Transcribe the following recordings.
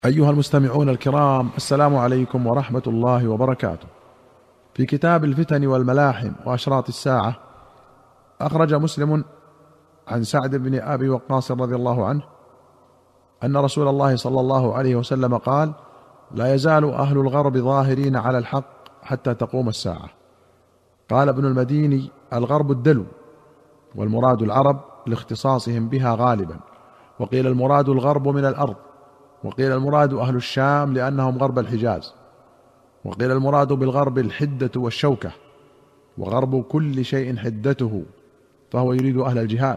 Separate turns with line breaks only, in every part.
أيها المستمعون الكرام، السلام عليكم ورحمة الله وبركاته. في كتاب الفتن والملاحم وأشراط الساعة، أخرج مسلم عن سعد بن أبي وقاص رضي الله عنه أن رسول الله صلى الله عليه وسلم قال: لا يزال أهل الغرب ظاهرين على الحق حتى تقوم الساعة. قال ابن المديني: الغرب الدلو، والمراد العرب لاختصاصهم بها غالبا، وقيل المراد الغرب من الأرض، وقيل المراد أهل الشام لأنهم غرب الحجاز، وقيل المراد بالغرب الحدة والشوكة، وغرب كل شيء حدته، فهو يريد أهل الجهاد.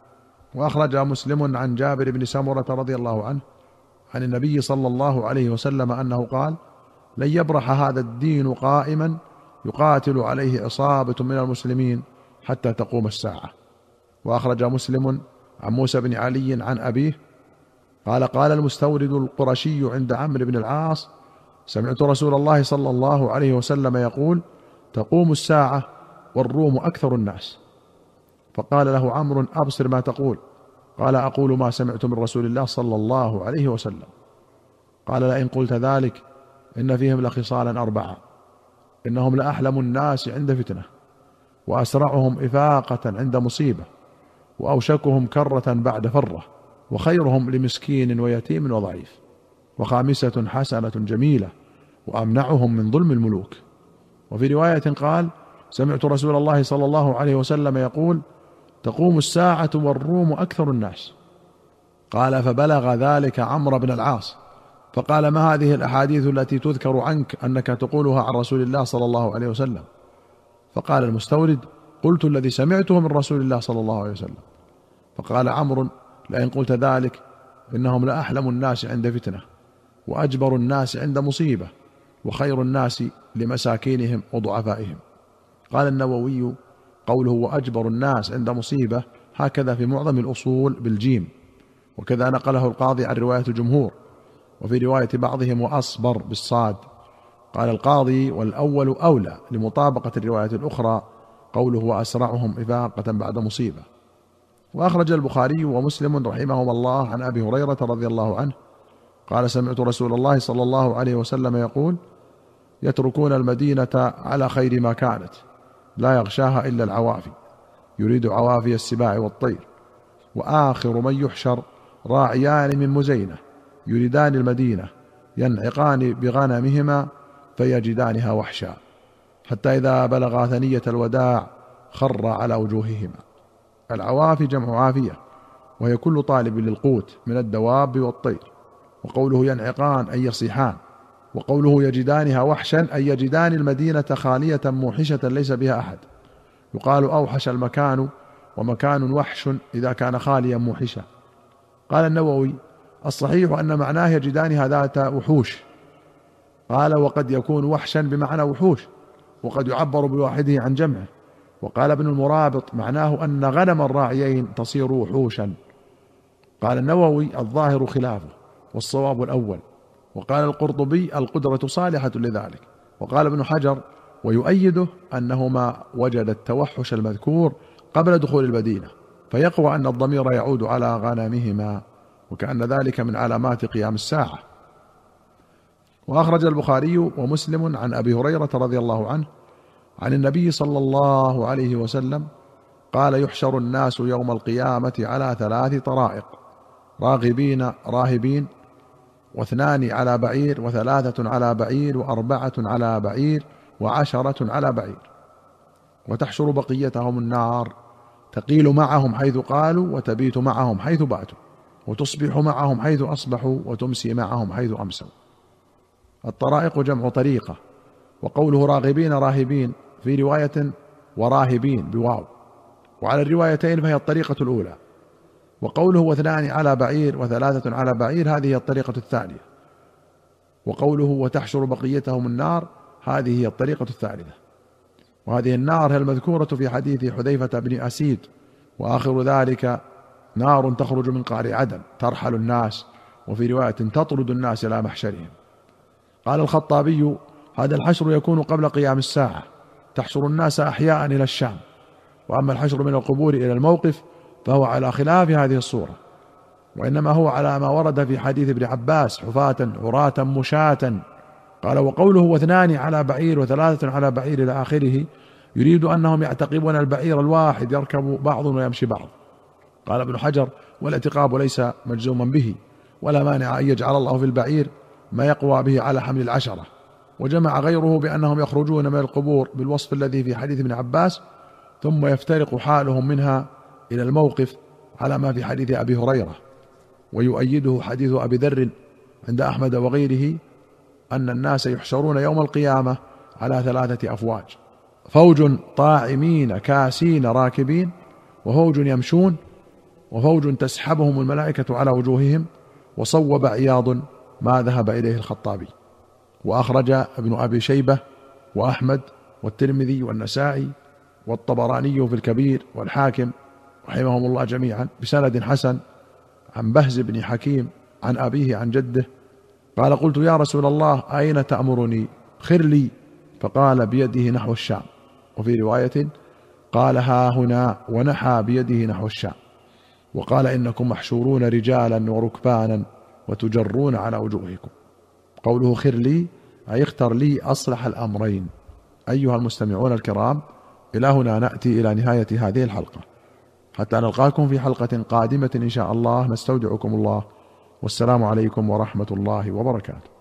وأخرج مسلم عن جابر بن سمرة رضي الله عنه عن النبي صلى الله عليه وسلم أنه قال: لن يبرح هذا الدين قائما يقاتل عليه عصابة من المسلمين حتى تقوم الساعة. وأخرج مسلم عن موسى بن علي عن أبيه قال: قال المستورد القرشي عند عمرو بن العاص: سمعت رسول الله صلى الله عليه وسلم يقول: تقوم الساعة والروم أكثر الناس. فقال له عمرو: أبصر ما تقول. قال: أقول ما سمعت من رسول الله صلى الله عليه وسلم. قال: لئن قلت ذلك إن فيهم لخصالا 4: إنهم لأحلم الناس عند فتنة، وأسرعهم إفاقة عند مصيبة، وأوشكهم كرة بعد فرة، وخيرهم لمسكين ويتيم وضعيف، وخامسة حسنة جميلة، وأمنعهم من ظلم الملوك. وفي رواية قال: سمعت رسول الله صلى الله عليه وسلم يقول: تقوم الساعة والروم أكثر الناس. قال: فبلغ ذلك عمرو بن العاص، فقال: ما هذه الأحاديث التي تذكر عنك أنك تقولها عن رسول الله صلى الله عليه وسلم؟ فقال المستورد: قلت الذي سمعته من رسول الله صلى الله عليه وسلم. فقال عمرو: لئن قلت ذلك إنهم لأحلم الناس عند فتنة، وأجبر الناس عند مصيبة، وخير الناس لمساكينهم وضعفائهم. قال النووي: قوله وأجبر الناس عند مصيبة هكذا في معظم الأصول بالجيم، وكذا نقله القاضي عن رواية الجمهور، وفي رواية بعضهم وأصبر بالصاد. قال القاضي: والأول أولى لمطابقة الرواية الأخرى، قوله وأسرعهم إفاقة بعد مصيبة. وأخرج البخاري ومسلم رحمهما الله عن أبي هريرة رضي الله عنه قال: سمعت رسول الله صلى الله عليه وسلم يقول: يتركون المدينة على خير ما كانت، لا يغشاها إلا العوافي، يريد عوافي السباع والطير. وآخر من يحشر راعيان من مزينة يريدان المدينة، ينعقان بغنمهما فيجدانها وحشا، حتى إذا بلغا ثنية الوداع خر على وجوههما. العوافي جمع عافية، وهي كل طالب للقوت من الدواب والطير. وقوله ينعقان أي يصيحان، وقوله يجدانها وحشا أي يجدان المدينة خالية موحشة ليس بها أحد. يقال أوحش المكان، ومكان وحش إذا كان خاليا موحشا. قال النووي: الصحيح أن معناه يجدانها ذات وحوش. قال: وقد يكون وحشا بمعنى وحوش، وقد يعبر بواحده عن جمعه. وقال ابن المرابط: معناه أن غنم الراعيين تصير وحوشا. قال النووي: الظاهر خلافه، والصواب الأول. وقال القرطبي: القدرة صالحة لذلك. وقال ابن حجر: ويؤيده أنهما وجد التوحش المذكور قبل دخول المدينة، فيقوى أن الضمير يعود على غنمهما، وكأن ذلك من علامات قيام الساعة. وأخرج البخاري ومسلم عن أبي هريرة رضي الله عنه عن النبي صلى الله عليه وسلم قال: يحشر الناس يوم القيامة على 3 طرائق: راغبين راهبين، 2 على بعير، 3 على بعير، 4 على بعير، 10 على بعير. وتحشر بقيتهم النار، تقيل معهم حيث قالوا، وتبيت معهم حيث باتوا، وتصبح معهم حيث أصبحوا، وتمسي معهم حيث أمسوا. الطرائق جمع طريقة. وقوله راغبين راهبين في رواية وراهبين بواو، وعلى الروايتين فهي الطريقة الأولى. وقوله 2 على بعير و3 على بعير هذه هي الطريقة الثانية. وقوله وتحشر بقيتهم النار هذه هي الطريقة الثالثة. وهذه النار هي المذكورة في حديث حذيفة بن أسيد: وآخر ذلك نار تخرج من قعر عدن ترحل الناس، وفي رواية تطرد الناس إلى محشرهم. قال الخطابي: هذا الحشر يكون قبل قيام الساعة، تحشر الناس أحياء إلى الشام. وأما الحشر من القبور إلى الموقف فهو على خلاف هذه الصورة. وإنما هو على ما ورد في حديث ابن عباس: حفاة عراة مشاة. قال: وقوله واثنان على بعير وثلاثة على بعير إلى آخره يريد أنهم يعتقبون البعير الواحد يركب بعض ويمشي بعض. قال ابن حجر: والاعتقاب ليس مجزوما به، ولا مانع أن يجعل الله في البعير ما يقوى به على حمل العشرة. وجمع غيره بأنهم يخرجون من القبور بالوصف الذي في حديث ابن عباس، ثم يفترق حالهم منها إلى الموقف على ما في حديث أبي هريرة. ويؤيده حديث أبي ذر عند أحمد وغيره أن الناس يحشرون يوم القيامة على 3 أفواج: فوج طاعمين كاسين راكبين، وفوج يمشون، وفوج تسحبهم الملائكة على وجوههم. وصوب عياض ما ذهب إليه الخطابي. وأخرج ابن أبي شيبة وأحمد والترمذي والنسائي والطبراني في الكبير والحاكم رحمهم الله جميعا بسند حسن عن بهز بن حكيم عن أبيه عن جده قال: قلت يا رسول الله أين تأمرني؟ خر لي. فقال: بيده نحو الشام. وفي رواية قال: ها هنا، ونحى بيده نحو الشام. وقال: إنكم محشورون رجالا وركبانا وتجرون على وجوهكم. قوله خر لي أي اختر لي أصلح الأمرين. أيها المستمعون الكرام، إلى هنا نأتي إلى نهاية هذه الحلقة، حتى نلقاكم في حلقة قادمة إن شاء الله. نستودعكم الله، والسلام عليكم ورحمة الله وبركاته.